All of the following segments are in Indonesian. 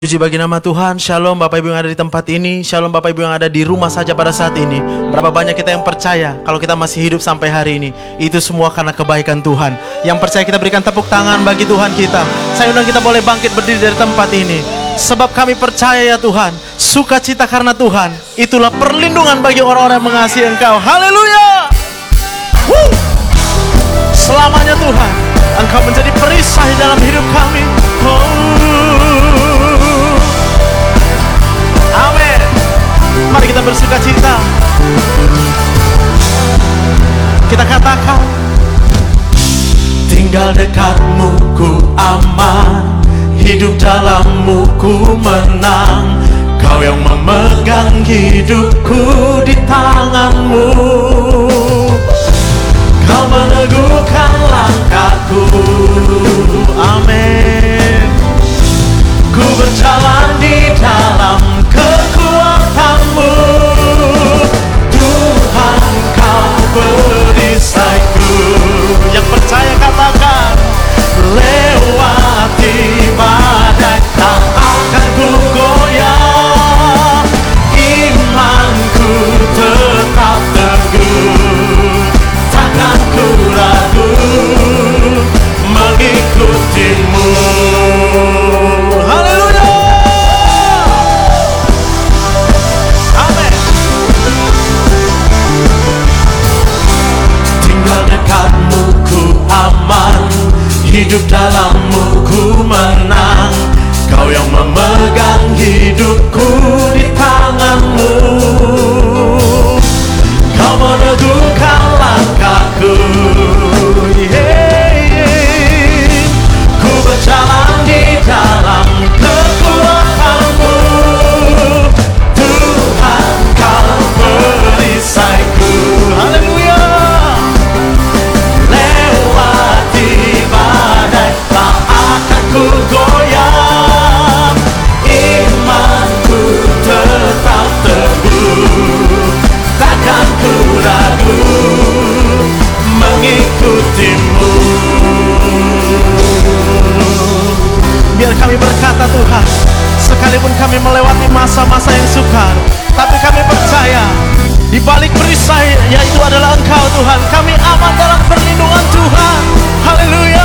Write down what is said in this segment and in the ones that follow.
Puji bagi nama Tuhan. Shalom Bapak Ibu yang ada di tempat ini. Shalom Bapak Ibu yang ada di rumah saja pada saat ini. Berapa banyak kita yang percaya kalau kita masih hidup sampai hari ini, itu semua karena kebaikan Tuhan. Yang percaya kita berikan tepuk tangan bagi Tuhan kita. Saya undang kita boleh bangkit berdiri dari tempat ini. Sebab kami percaya ya Tuhan, sukacita karena Tuhan, itulah perlindungan bagi orang-orang yang mengasihi Engkau. Haleluya. Selamanya Tuhan, Engkau menjadi perisai dalam hidup kami. Amin. Mari kita bersuka cita. Kita katakan, tinggal dekatmu ku aman, hidup dalammu ku menang. Kau yang memegang hidupku di tanganmu. Kau meneguhkan langkahku. Amin. Ku berjalan di dalam kekuatanmu. Tuhan kau perisaiku. Yang percaya katakan, lewati badai tak akan ku goyah. Imanku tetap teguh, takkan ku ragu mengikutimu. Haleluya. Amin. Tinggal dekatmu ku aman, hidup dalammu ku menang. Kau yang memegang hidupku di tanganmu. Kau meneguhkan langkahku. Ku berjalan di dalam kekuatanmu. Tuhan kau perisaiku. Haleluya. Lewati badai tak akan ku goyah. Imanku tetap teguh, takkan ku ragu mengikutimu. Biar kami berkata Tuhan, sekalipun kami melewati masa-masa yang sukar, tapi kami percaya di balik perisai yaitu adalah Engkau Tuhan. Kami aman dalam perlindungan Tuhan. Haleluya.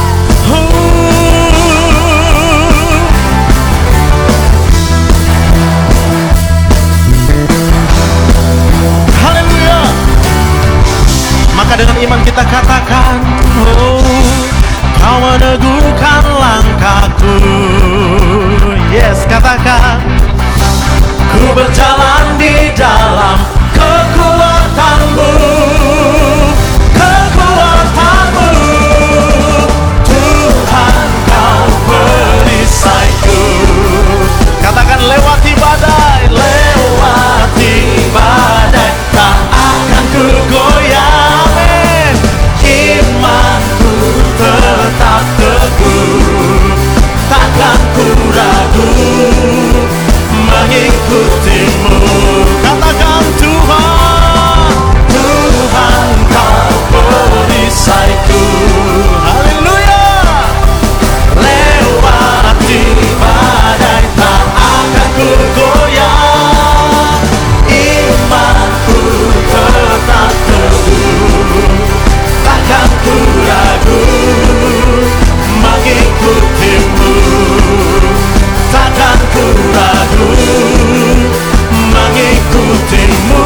Haleluya. Maka dengan iman kita katakan, Kau meneguhkan langkahku. Yes, katakan, ku berjalan di dalam kekuatanmu. Kekuatanmu. Tuhan kau perisaiku. Katakan, lewati badai. Lewati badai tak akan ku goyah. Amin. Imanku tetap teguh, takkan ku ragu mengikutimu. Katakan, Tuhan, Tuhan kau perisaiku. Haleluya. Lewati badai tak akan ku goyah. Imanku tetap teguh, takkan ku ragu mengikutimu. Takkan ku ragu mengikutimu.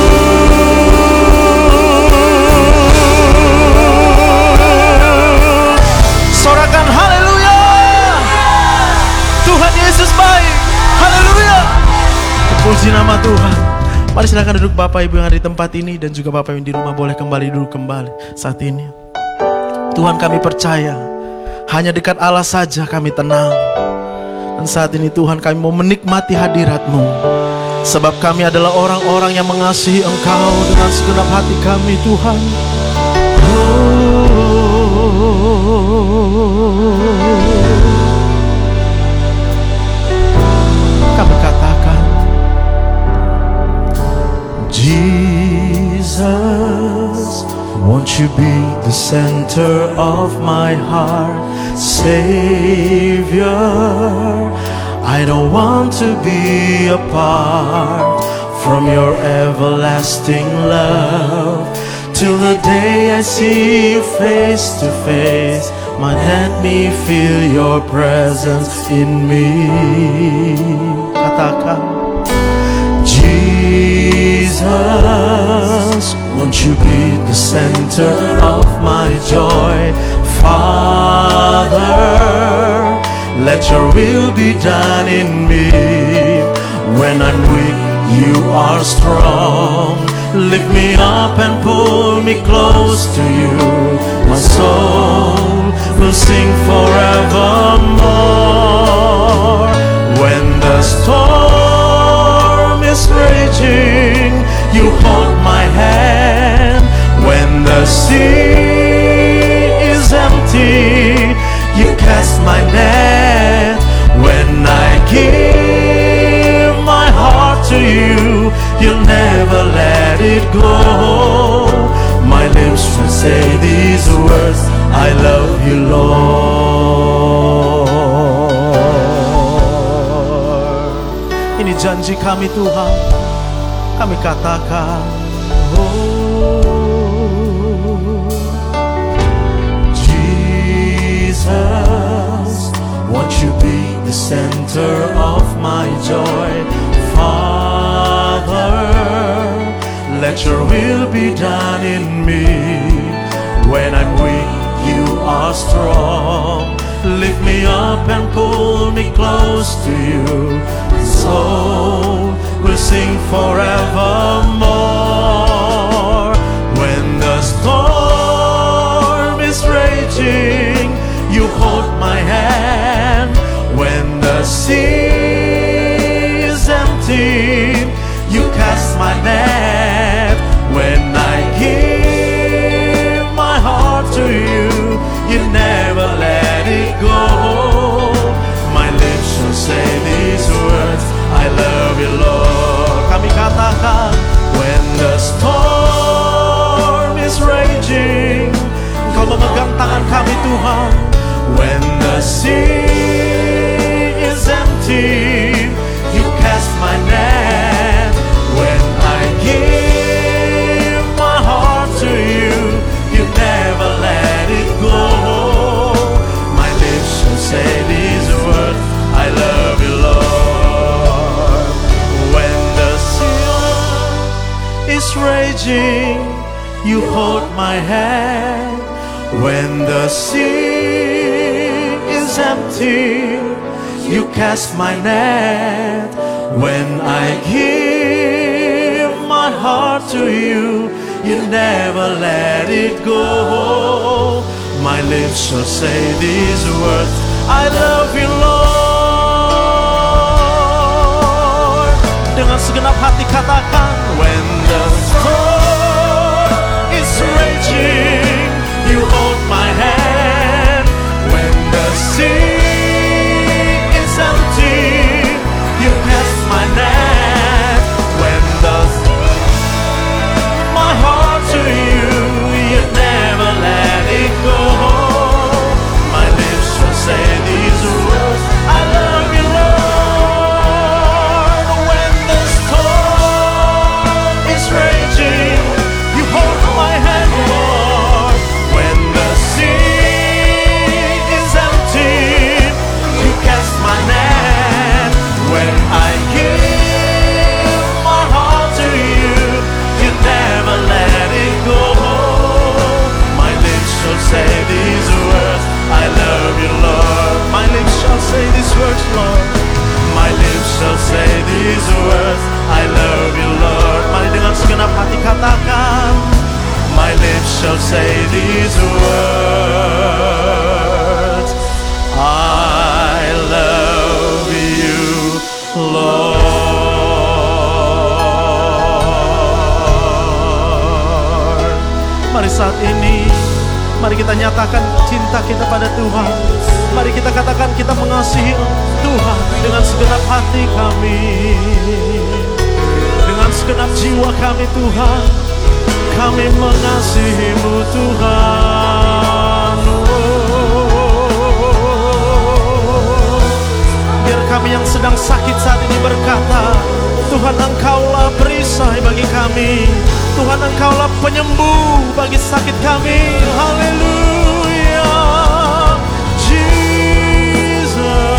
Sorakan haleluya. Tuhan Yesus baik. Haleluya. Puji nama Tuhan. Mari silakan duduk Bapak Ibu yang ada di tempat ini, dan juga Bapak yang di rumah boleh duduk kembali saat ini. Tuhan, kami percaya hanya dekat Allah saja kami tenang. Dan saat ini Tuhan, kami mau menikmati hadirat-Mu, sebab kami adalah orang-orang yang mengasihi Engkau dengan segenap hati kami Tuhan. Kami katakan, Jesus, won't you be the center of my heart, Savior? I don't want to be apart from your everlasting love. Till the day I see you face to face, might let me feel your presence in me. Katakan, Jesus, won't you be the center of my joy? Father, let your will be done in me. When I'm weak, you are strong. Lift me up and pull me close to you. My soul will sing forevermore. When the storm is raging, you hold my hand. When the sea is empty, you cast my net. When I give my heart to you, you'll never let it go. My lips will say these words, I love you, Lord. Ini janji kami Tuhan, kami katakan, Jesus, won't you be the center of my joy? Father, let your will be done in me. When I'm weak, you are strong. Lift me up and pull me close to you. Soul will sing forevermore. When the storm is raging, you hold my hand. When the sea is empty, you cast my net. When I give my heart to you, you never let it go. My lips shall say these words, I love you, Lord. Kami katakan, when the storm is raging, Kau memegang tangan kami Tuhan. When the sea is empty, you cast my net. When I give my heart to you, you never let it go. My lips shall say these words, I love you, Lord. When the sea is raging, you hold my hand. When the sea is empty, you cast my net. When I give my heart to you, you never let it go. My lips shall say these words, I love you, Lord. Dengan segenap hati katakan, when the storm is raging, you hold my hand. When the sea is empty, you cast my net. When my heart to you, you never let it go. My lips shall say these words, I love you, Lord. When the storm is raging, you hold my hand, Lord. When the sea is empty, you cast my net. When I give my heart to you, you never let it go. My lips shall say these words, I love you, Lord. My lips shall say these words, Lord. My lips shall say these words, I love you, Lord. Mari dengan segenap hati katakan, my lips shall say these words, I love you, Lord. Mari saat ini, mari kita nyatakan cinta kita pada Tuhan. Mari kita katakan kita mengasihi Tuhan dengan segenap hati kami, dengan segenap jiwa kami Tuhan. Kami mengasihi-Mu Tuhan. Biar Kami yang sedang sakit saat ini berkata, Tuhan Engkaulah perisai bagi kami. Tuhan Engkaulah penyembuh bagi sakit kami. Haleluya, Jesus.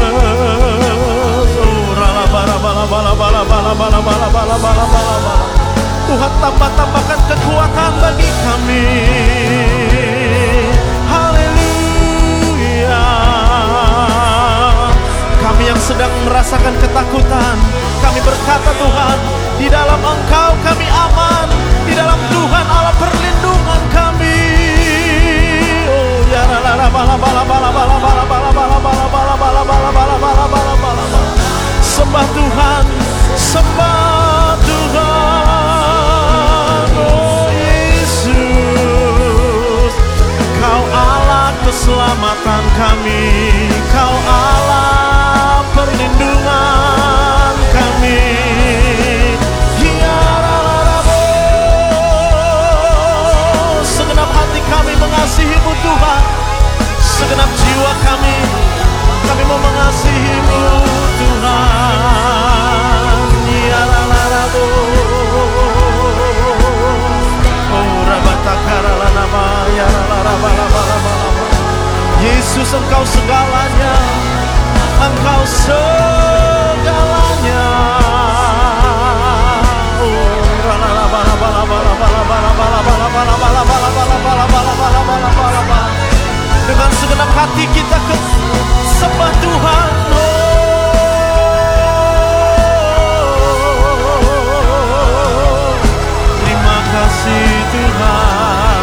Tuhan tambahkan kekuatan bagi kami. Haleluya. Kami yang sedang merasakan ketakutan, kami berkata Tuhan, di dalam Engkau kami aman, di dalam Tuhan Allah perlindungan kami. Oh ya la la bala bala bala bala bala bala bala bala bala bala bala bala bala bala bala. Sembah Tuhan, sembah Tuhan. Oh Yesus, Kau Allah keselamatan kami, Kau Allah perlindungan kami. Segenap hati kami mengasihi-Mu Tuhan, segenap jiwa kami mau mengasihi-Mu Tuhan. Ya la la la bo, oh rabatakara la nama, ya la la la la la la. Yesus, Engkau segalanya, Engkau segalanya. Dengan segenap hati kita sembah Tuhan. Terima kasih Tuhan.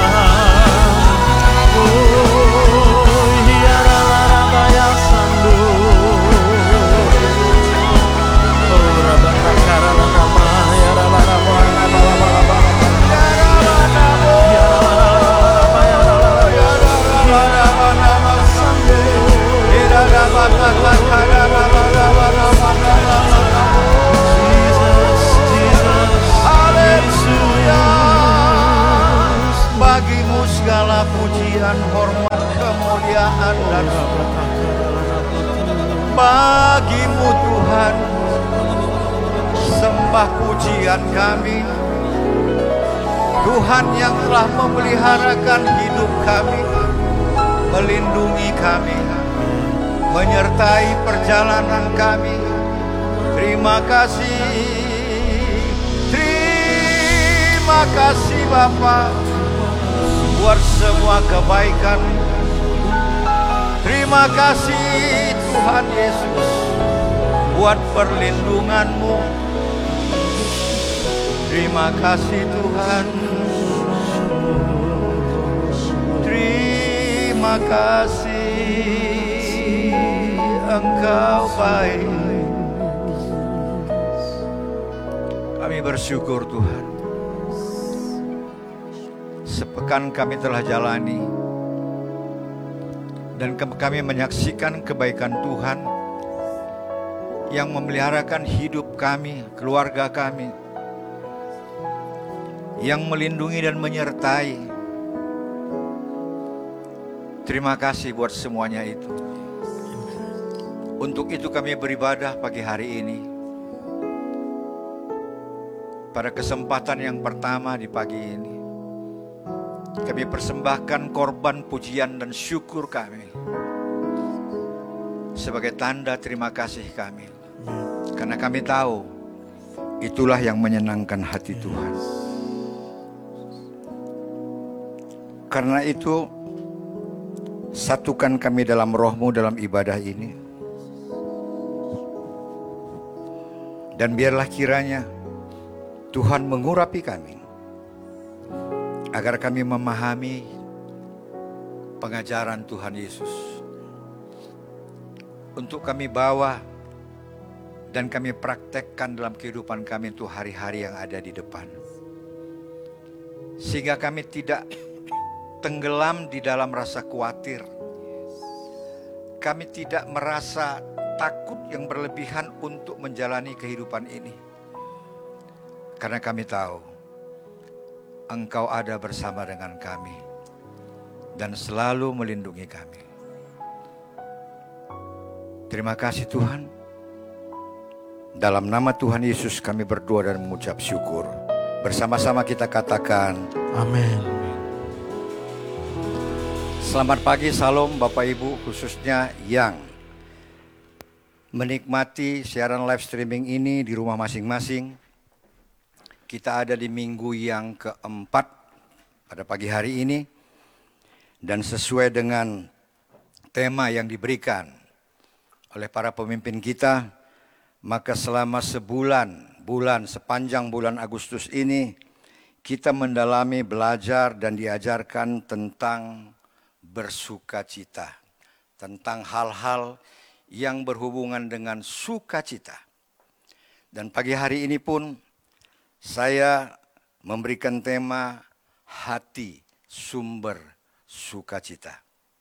Bagimu segala pujian, hormat, kemuliaan dan bagimu Tuhan, sembah pujian kami. Tuhan yang telah memeliharakan hidup kami, melindungi kami, menyertai perjalanan kami. Terima kasih, terima kasih Bapa buat semua kebaikan. Terima kasih Tuhan Yesus buat perlindungan-Mu. Terima kasih Tuhan, terima kasih, Engkau baik. Kami bersyukur Tuhan, sepekan kami telah jalani dan kami menyaksikan kebaikan Tuhan yang memeliharakan hidup kami, keluarga kami, yang melindungi dan menyertai. Terima kasih buat semuanya itu. Untuk itu kami beribadah pagi hari ini. Pada kesempatan yang pertama di pagi ini, kami persembahkan korban pujian dan syukur kami sebagai tanda terima kasih kami. Karena kami tahu itulah yang menyenangkan hati Tuhan. Karena itu, satukan kami dalam roh-Mu dalam ibadah ini. Dan biarlah kiranya Tuhan mengurapi kami, agar kami memahami pengajaran Tuhan Yesus. Untuk kami bawa dan kami praktekkan dalam kehidupan kami untuk hari-hari yang ada di depan. Sehingga kami tidak tenggelam di dalam rasa khawatir. Kami tidak merasa takut yang berlebihan untuk menjalani kehidupan ini. Karena kami tahu Engkau ada bersama dengan kami dan selalu melindungi kami. Terima kasih Tuhan. Dalam nama Tuhan Yesus kami berdoa dan mengucap syukur. Bersama-sama kita katakan, Amin. selamat pagi, salam Bapak Ibu, khususnya yang menikmati siaran live streaming ini di rumah masing-masing. Kita ada di minggu yang keempat pada pagi hari ini. Dan sesuai dengan tema yang diberikan oleh para pemimpin kita, maka selama sepanjang bulan Agustus ini, kita mendalami, belajar dan diajarkan tentang bersukacita, tentang hal-hal yang berhubungan dengan sukacita. Dan pagi hari ini pun saya memberikan tema hati sumber sukacita.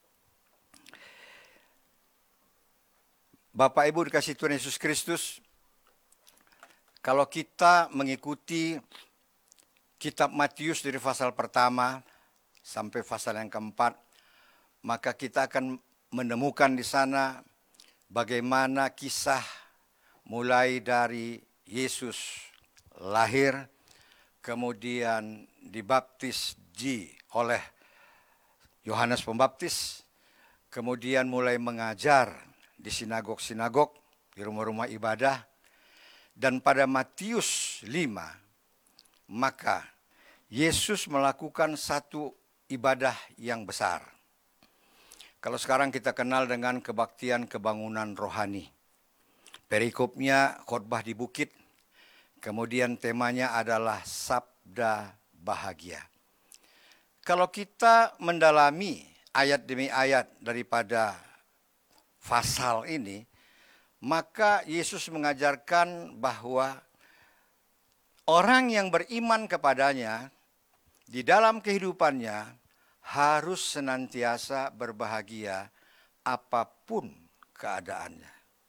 Bapak Ibu dikasih Tuhan Yesus Kristus, kalau kita mengikuti kitab Matius dari pasal pertama sampai pasal yang keempat, maka kita akan menemukan di sana bagaimana kisah mulai dari Yesus lahir, kemudian dibaptis oleh Yohanes Pembaptis, kemudian mulai mengajar di sinagog-sinagog, di rumah-rumah ibadah, dan pada Matius 5, maka Yesus melakukan satu ibadah yang besar. Kalau sekarang kita kenal dengan kebaktian kebangunan rohani. Perikopnya khotbah di bukit, kemudian temanya adalah sabda bahagia. Kalau kita mendalami ayat demi ayat daripada pasal ini, maka Yesus mengajarkan bahwa orang yang beriman kepadanya di dalam kehidupannya harus senantiasa berbahagia apapun keadaannya.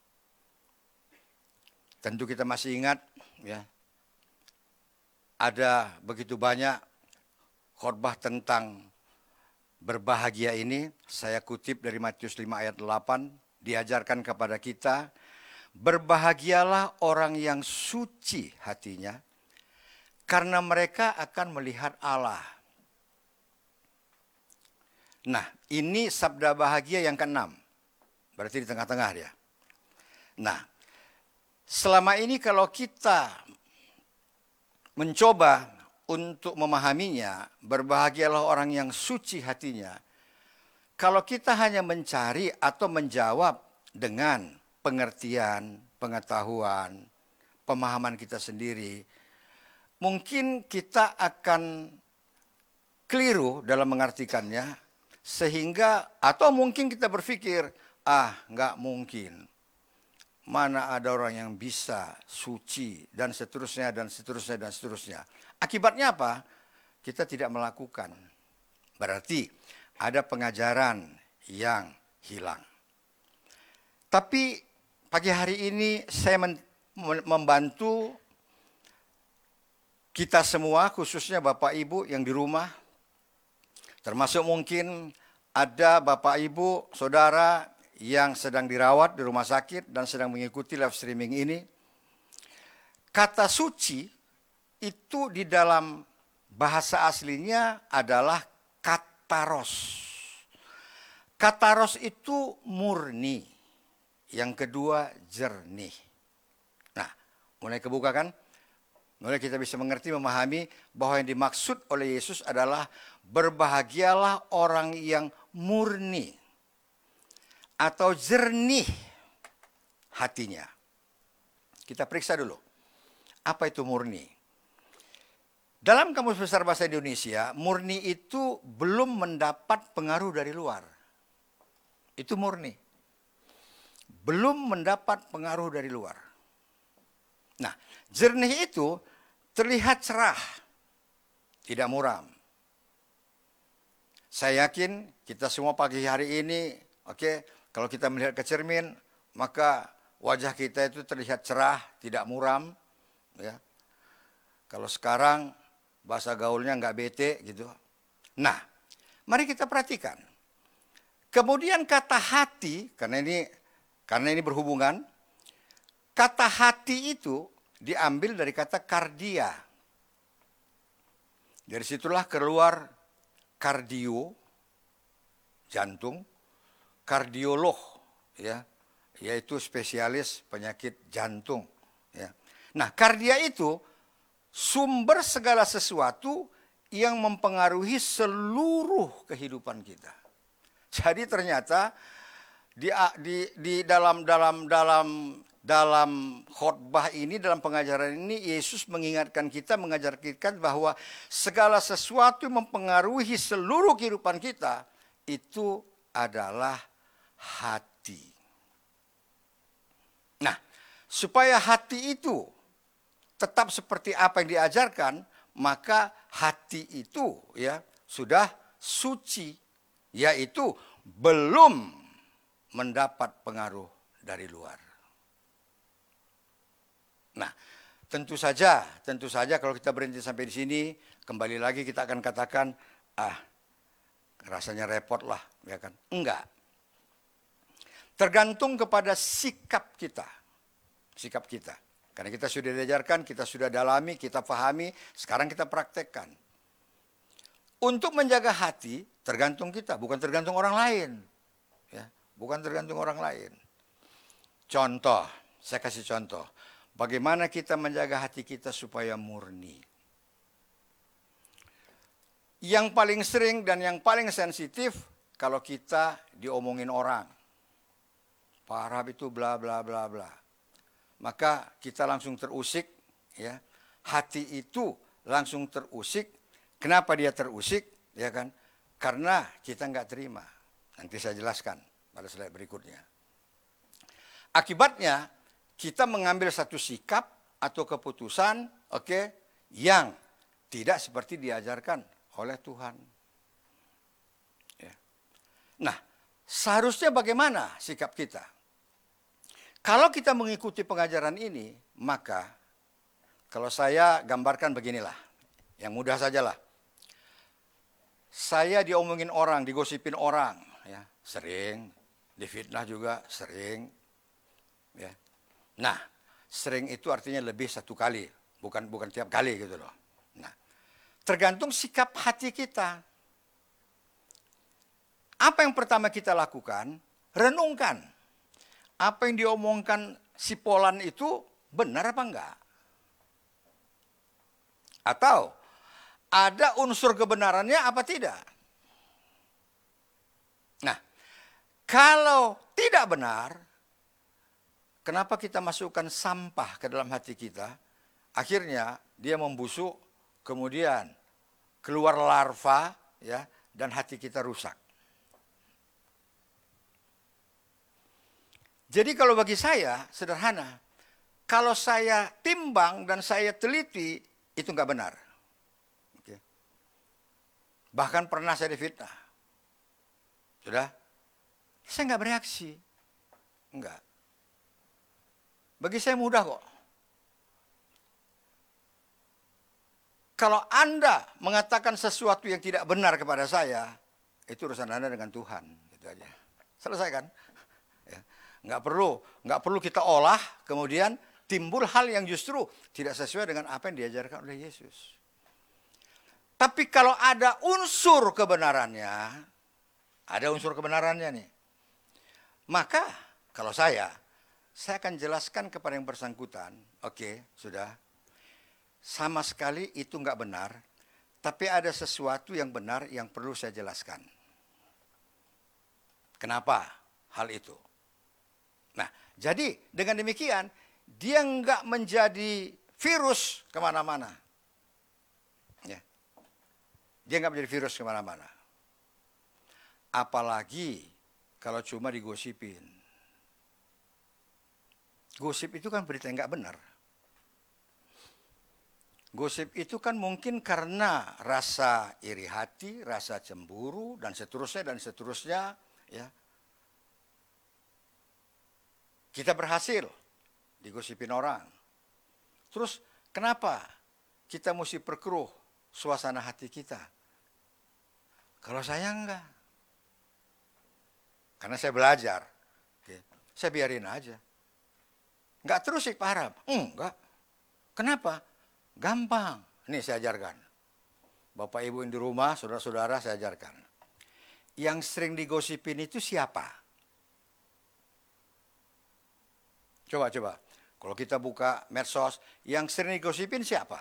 Tentu kita masih ingat ya, ada begitu banyak khotbah tentang berbahagia ini. Saya kutip dari Matius 5 ayat 8. Diajarkan kepada kita, berbahagialah orang yang suci hatinya, karena mereka akan melihat Allah. Nah, ini sabda bahagia yang ke-6. Berarti di tengah-tengah dia. Nah, selama ini kalau kita mencoba untuk memahaminya, berbahagialah orang yang suci hatinya, kalau kita hanya mencari atau menjawab dengan pengertian, pengetahuan, pemahaman kita sendiri, mungkin kita akan keliru dalam mengartikannya, sehingga atau mungkin kita berpikir, nggak mungkin. Mana ada orang yang bisa suci dan seterusnya dan seterusnya dan seterusnya. Akibatnya apa? Kita tidak melakukan. Berarti ada pengajaran yang hilang. Tapi pagi hari ini saya membantu kita semua, khususnya Bapak Ibu yang di rumah, termasuk mungkin ada Bapak Ibu, Saudara yang sedang dirawat di rumah sakit dan sedang mengikuti live streaming ini. Kata suci itu di dalam bahasa aslinya adalah kataros. Kataros itu murni. Yang kedua jernih. Nah, mulai kebuka kan? Mulai kita bisa mengerti, memahami bahwa yang dimaksud oleh Yesus adalah berbahagialah orang yang murni atau jernih hatinya. Kita periksa dulu. Apa itu murni? Dalam Kamus Besar Bahasa Indonesia, murni itu belum mendapat pengaruh dari luar. Itu murni. Belum mendapat pengaruh dari luar. Nah, jernih itu terlihat cerah, tidak muram. Saya yakin kita semua pagi hari ini, kalau kita melihat ke cermin, maka wajah kita itu terlihat cerah, tidak muram. Ya. Kalau sekarang bahasa gaulnya nggak bete gitu. Nah, mari kita perhatikan. Kemudian kata hati, karena ini berhubungan, Kata hati itu diambil dari kata kardia. Dari situlah keluar kardio, jantung, kardiolog, ya, yaitu spesialis penyakit jantung. Ya. Nah, kardia itu sumber segala sesuatu yang mempengaruhi seluruh kehidupan kita. Jadi ternyata di dalam khotbah ini, dalam pengajaran ini, Yesus mengingatkan kita, mengajar kita bahwa segala sesuatu yang mempengaruhi seluruh kehidupan kita itu adalah hati. Nah, supaya hati itu tetap seperti apa yang diajarkan, maka hati itu ya sudah suci, yaitu belum mendapat pengaruh dari luar. Nah, tentu saja kalau kita berhenti sampai di sini, kembali lagi kita akan katakan, rasanya repot lah, ya kan? Enggak. Tergantung kepada sikap kita. Sikap kita. Karena kita sudah diajarkan, kita sudah dalami, kita pahami, sekarang kita praktekkan. Untuk menjaga hati, tergantung kita, bukan tergantung orang lain. Ya, bukan tergantung orang lain. Contoh, saya kasih contoh. Bagaimana kita menjaga hati kita supaya murni. Yang paling sering dan yang paling sensitif, kalau kita diomongin orang. Pak Arab itu bla bla bla bla. Maka kita langsung terusik, ya. Hati itu langsung terusik. Kenapa dia terusik? Ya kan? Karena kita nggak terima. Nanti saya jelaskan pada slide berikutnya. Akibatnya kita mengambil satu sikap atau keputusan, yang tidak seperti diajarkan oleh Tuhan. Ya. Nah, seharusnya bagaimana sikap kita? Kalau kita mengikuti pengajaran ini, maka kalau saya gambarkan beginilah, yang mudah sajalah. Saya diomongin orang, digosipin orang, ya, sering, difitnah juga sering, ya. Nah, sering itu artinya lebih satu kali, bukan tiap kali gitu loh. Nah, tergantung sikap hati kita. Apa yang pertama kita lakukan? Renungkan. Apa yang diomongkan si Polan itu benar apa enggak? Atau ada unsur kebenarannya apa tidak? Nah, kalau tidak benar, kenapa kita masukkan sampah ke dalam hati kita? Akhirnya dia membusuk, kemudian keluar larva, ya, dan hati kita rusak. Jadi kalau bagi saya sederhana, kalau saya timbang dan saya teliti itu nggak benar. Oke. Bahkan pernah saya difitnah, sudah, saya nggak bereaksi, enggak. Bagi saya mudah kok. Kalau Anda mengatakan sesuatu yang tidak benar kepada saya, itu urusan Anda dengan Tuhan, gitu aja. Selesai kan? Nggak perlu kita olah, kemudian timbul hal yang justru tidak sesuai dengan apa yang diajarkan oleh Yesus. Tapi kalau ada unsur kebenarannya nih, maka kalau saya akan jelaskan kepada yang bersangkutan, sudah, sama sekali itu nggak benar, tapi ada sesuatu yang benar yang perlu saya jelaskan. Kenapa hal itu? Nah, jadi dengan demikian, dia nggak menjadi virus kemana-mana. Ya. Dia nggak menjadi virus kemana-mana. Apalagi kalau cuma digosipin. Gosip itu kan berita yang nggak benar. Gosip itu kan mungkin karena rasa iri hati, rasa cemburu, dan seterusnya, ya. Kita berhasil digosipin orang. Terus kenapa kita mesti perkeruh suasana hati kita? Kalau saya enggak. Karena saya belajar. Saya biarin aja. Nggak terusik Pak Harap? Enggak. Kenapa? Gampang. Nih saya ajarkan. Bapak Ibu yang di rumah, saudara-saudara saya ajarkan. Yang sering digosipin itu siapa? Coba. Kalau kita buka medsos, yang sering digosipin siapa?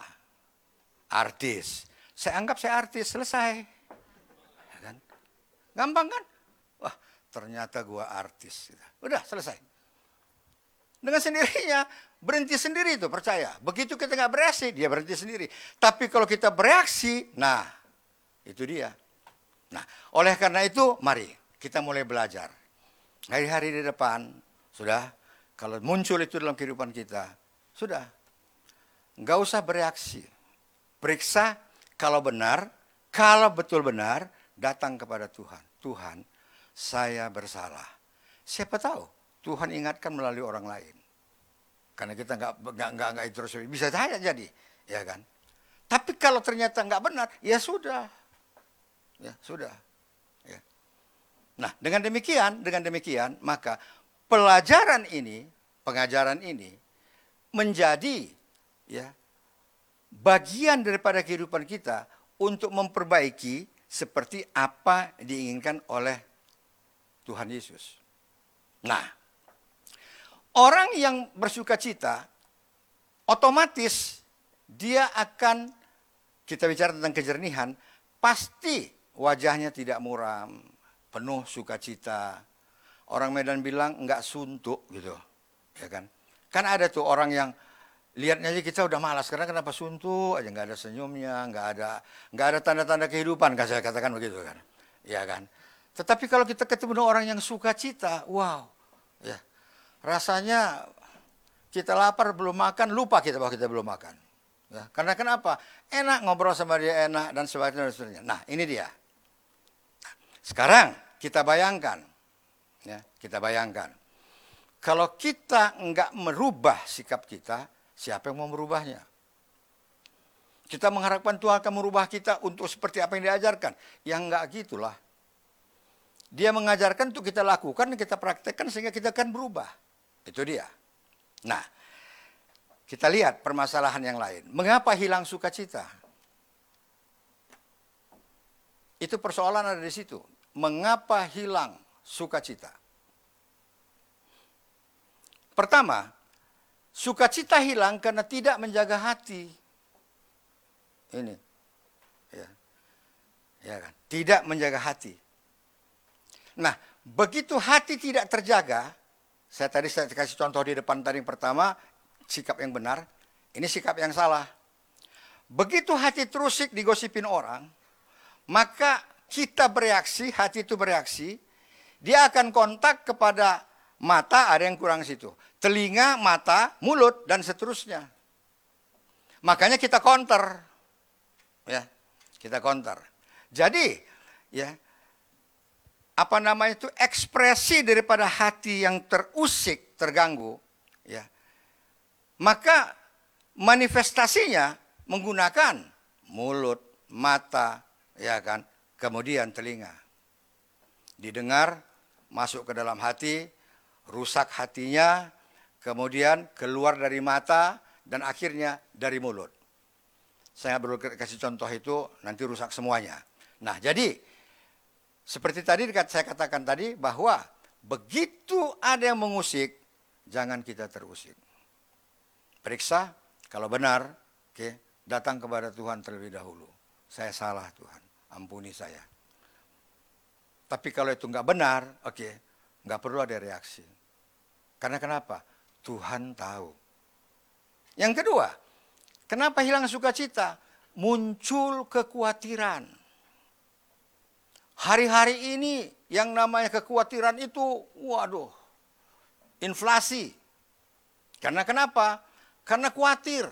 Artis. Saya anggap saya artis, selesai. Ya kan? Gampang kan? Wah, ternyata gua artis. Udah, selesai. Dengan sendirinya, berhenti sendiri itu, percaya. Begitu kita nggak bereaksi, dia berhenti sendiri. Tapi kalau kita bereaksi, nah, itu dia. Nah, oleh karena itu, mari kita mulai belajar. Hari-hari di depan, sudah, kalau muncul itu dalam kehidupan kita, sudah. Nggak usah bereaksi. Periksa kalau benar, kalau betul benar, datang kepada Tuhan. Tuhan, saya bersalah. Siapa tahu Tuhan ingatkan melalui orang lain. Karena kita nggak introspeksi, bisa saja jadi, ya kan? Tapi kalau ternyata nggak benar, ya sudah. Ya, sudah. Ya. Nah, dengan demikian, maka pelajaran ini, pengajaran ini menjadi ya bagian daripada kehidupan kita untuk memperbaiki seperti apa diinginkan oleh Tuhan Yesus. Nah, orang yang bersuka cita, otomatis dia akan, kita bicara tentang kejernihan, pasti wajahnya tidak muram, penuh sukacita. Orang Medan bilang enggak suntuk gitu, ya kan? Kan ada tuh orang yang lihatnya aja kita udah malas, karena kenapa suntuk aja, nggak ada senyumnya, nggak ada tanda-tanda kehidupan, kan saya katakan begitu kan, ya kan? Tetapi kalau kita ketemu dengan orang yang sukacita, wow, ya rasanya kita lapar belum makan, lupa kita bahwa kita belum makan. Ya, karena kenapa? Enak ngobrol sama dia, enak dan sebagainya. Nah, ini dia. Sekarang kita bayangkan, ya, kalau kita nggak merubah sikap kita, siapa yang mau merubahnya? Kita mengharapkan Tuhan akan merubah kita untuk seperti apa yang diajarkan. Yang enggak gitulah. Dia mengajarkan untuk kita lakukan, kita praktekkan sehingga kita akan berubah. Itu dia. Nah, kita lihat permasalahan yang lain. Mengapa hilang sukacita? Itu persoalan ada di situ. Mengapa hilang sukacita? Pertama, sukacita hilang karena tidak menjaga hati. Ini. Ya kan? Tidak menjaga hati. Nah, begitu hati tidak terjaga, saya kasih contoh di depan tadi yang pertama, sikap yang benar, ini sikap yang salah. Begitu hati terusik digosipin orang, maka kita bereaksi, hati itu bereaksi, dia akan kontak kepada mata, ada yang kurang situ. Telinga, mata, mulut, dan seterusnya. Makanya kita counter. Ya, kita counter. Jadi, ya, ekspresi daripada hati yang terusik, terganggu, ya, maka manifestasinya menggunakan mulut, mata, ya kan, kemudian telinga. Didengar, masuk ke dalam hati, rusak hatinya, kemudian keluar dari mata, dan akhirnya dari mulut. Saya baru kasih contoh itu, nanti rusak semuanya. Nah, jadi seperti tadi saya katakan tadi bahwa begitu ada yang mengusik, jangan kita terusik. Periksa, kalau benar, datang kepada Tuhan terlebih dahulu. Saya salah Tuhan, ampuni saya. Tapi kalau itu nggak benar, nggak perlu ada reaksi. Karena kenapa? Tuhan tahu. Yang kedua, kenapa hilang sukacita? Muncul kekhawatiran. Hari-hari ini yang namanya kekhawatiran itu, waduh, inflasi. Karena kenapa? Karena khawatir.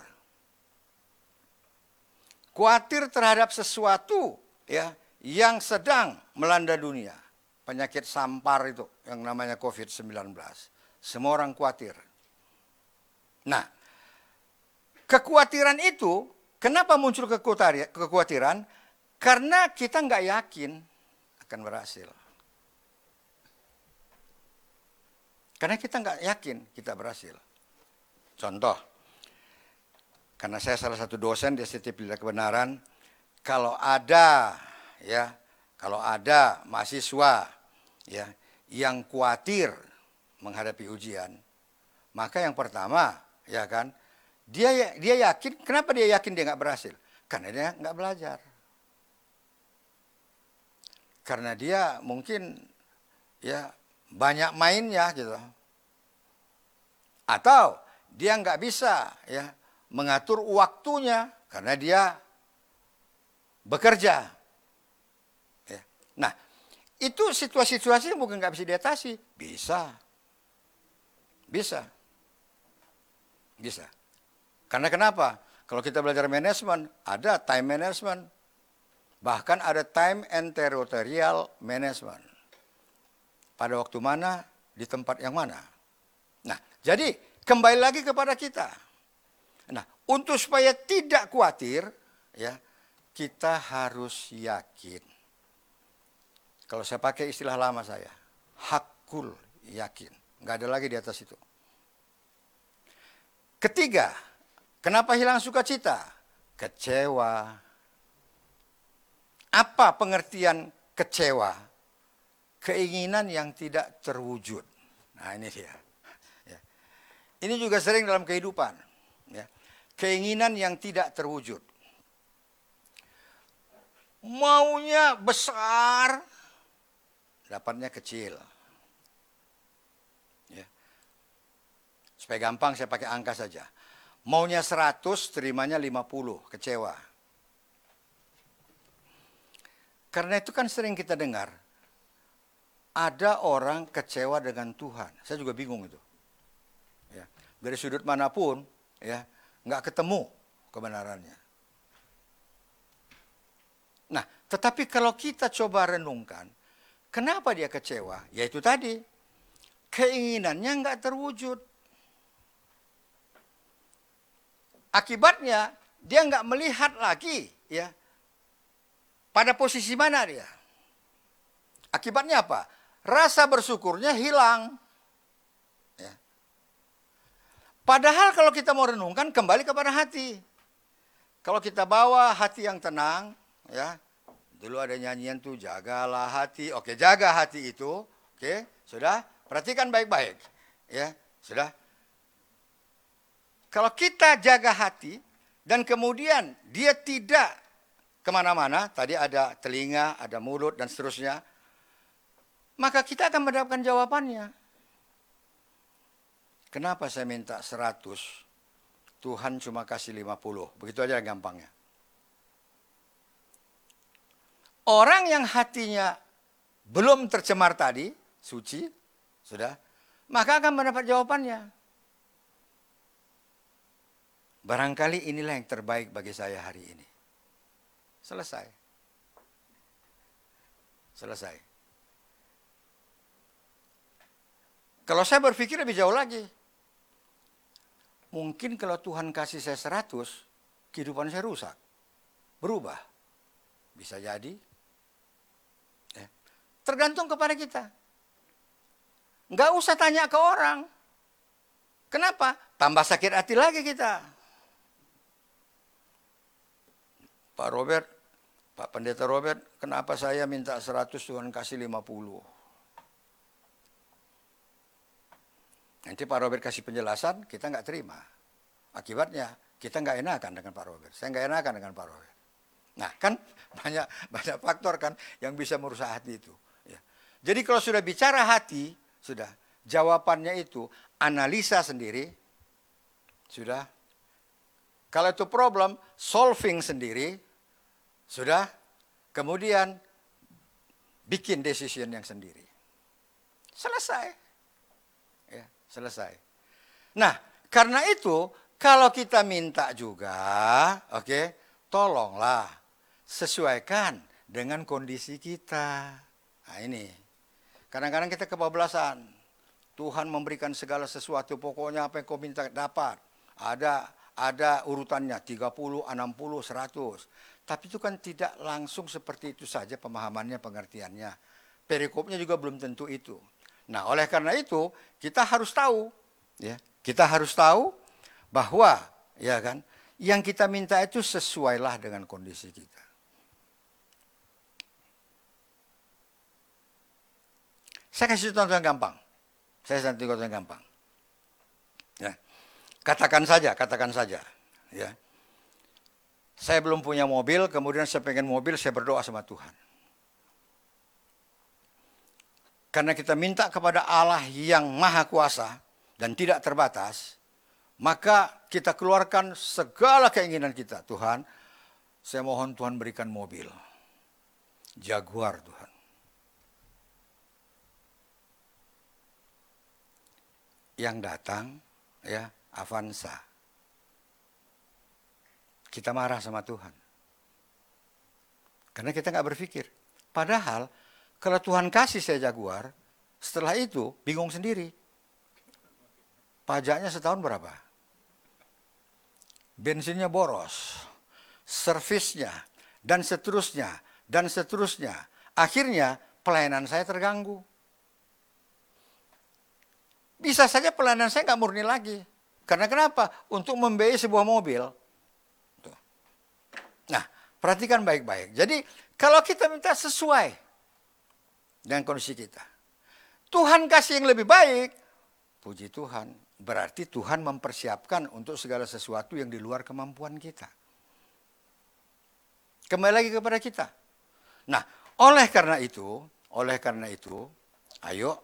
Khawatir terhadap sesuatu ya yang sedang melanda dunia. Penyakit sampar itu yang namanya COVID-19. Semua orang khawatir. Nah, kekhawatiran itu, kenapa muncul kekhawatiran? Karena kita nggak yakin akan berhasil. Karena kita nggak yakin kita berhasil. Contoh, karena saya salah satu dosen di STT Pelita Kebenaran, kalau ada mahasiswa ya yang khawatir menghadapi ujian, maka yang pertama ya kan, dia yakin. Kenapa dia yakin dia nggak berhasil? Karena dia nggak belajar. Karena dia mungkin ya banyak mainnya gitu. Atau dia nggak bisa ya mengatur waktunya karena dia bekerja. Ya. Nah, itu situasi-situasi yang mungkin nggak bisa diatasi. Bisa. Karena kenapa? Kalau kita belajar manajemen, ada time management. Bahkan ada time and territorial management. Pada waktu mana, di tempat yang mana. Nah, jadi kembali lagi kepada kita. Nah, untuk supaya tidak khawatir, ya, kita harus yakin. Kalau saya pakai istilah lama saya, hakul yakin. Nggak ada lagi di atas itu. Ketiga, kenapa hilang sukacita? Kecewa. Apa pengertian kecewa? Keinginan yang tidak terwujud. Nah, ini dia. Ya. Ini juga sering dalam kehidupan. Ya. Keinginan yang tidak terwujud. Maunya besar, dapatnya kecil. Ya. Supaya gampang saya pakai angka saja. Maunya 100, terimanya 50, kecewa. Karena itu kan sering kita dengar, ada orang kecewa dengan Tuhan. Saya juga bingung itu. Ya. Dari sudut manapun, ya, nggak ketemu kebenarannya. Nah, tetapi kalau kita coba renungkan, kenapa dia kecewa? Yaitu tadi, keinginannya nggak terwujud. Akibatnya, dia nggak melihat lagi, ya, pada posisi mana dia. Akibatnya apa? Rasa bersyukurnya hilang. Ya. Padahal kalau kita mau renungkan, kembali kepada hati. Kalau kita bawa hati yang tenang, ya, dulu ada nyanyian tuh, jagalah hati. Oke, jaga hati itu. Oke, sudah. Perhatikan baik-baik. Ya, sudah. Kalau kita jaga hati, dan kemudian dia tidak kemana-mana, tadi ada telinga, ada mulut, dan seterusnya, maka kita akan mendapatkan jawabannya. Kenapa saya minta 100, Tuhan cuma kasih 50? Begitu aja gampangnya. Orang yang hatinya belum tercemar tadi, suci, sudah, maka akan mendapat jawabannya. Barangkali inilah yang terbaik bagi saya hari ini. Selesai. Selesai. Kalau saya berpikir lebih jauh lagi. Mungkin kalau Tuhan kasih saya 100, kehidupan saya rusak. Berubah. Bisa jadi. Ya. Tergantung kepada kita. Nggak usah tanya ke orang. Kenapa? Tambah sakit hati lagi kita. Pak Robert, Pak Pendeta Robert, kenapa saya minta 100 Tuhan kasih 50? Nanti Pak Robert kasih penjelasan, kita nggak terima. Akibatnya, kita nggak enakan dengan Pak Robert. Saya nggak enakan dengan Pak Robert. Nah, kan banyak faktor kan yang bisa merusak hati itu. Ya. Jadi kalau sudah bicara hati, sudah jawabannya itu analisa sendiri, sudah. Kalau itu problem, solving sendiri, sudah, kemudian bikin decision yang sendiri. Selesai. Ya, selesai. Nah, karena itu, kalau kita minta juga, oke, tolonglah sesuaikan dengan kondisi kita. Nah ini, kadang-kadang kita kebablasan. Tuhan memberikan segala sesuatu, pokoknya apa yang kau minta dapat. Ada urutannya, 30, 60, 100. Tapi itu kan tidak langsung seperti itu saja pemahamannya, pengertiannya. Perikopnya juga belum tentu itu. Nah, oleh karena itu, kita harus tahu. Ya, kita harus tahu bahwa ya kan, yang kita minta itu sesuailah dengan kondisi kita. Saya kasih contoh yang gampang. Ya. Katakan saja, ya. Saya belum punya mobil, kemudian saya pengen mobil, saya berdoa sama Tuhan. Karena kita minta kepada Allah yang maha kuasa dan tidak terbatas, maka kita keluarkan segala keinginan kita. Tuhan, saya mohon Tuhan berikan mobil. Jaguar Tuhan. Yang datang, ya, Avanza. Kita marah sama Tuhan. Karena kita nggak berpikir. Padahal, kalau Tuhan kasih saya Jaguar, setelah itu bingung sendiri. Pajaknya setahun berapa? Bensinnya boros, servisnya, dan seterusnya, dan seterusnya. Akhirnya pelayanan saya terganggu. Bisa saja pelayanan saya nggak murni lagi. Karena kenapa? Untuk membiayai sebuah mobil. Nah, perhatikan baik-baik. Jadi, kalau kita minta sesuai dengan kondisi kita. Tuhan kasih yang lebih baik. Puji Tuhan. Berarti Tuhan mempersiapkan untuk segala sesuatu yang di luar kemampuan kita. Kembali lagi kepada kita. Nah, oleh karena itu, ayo,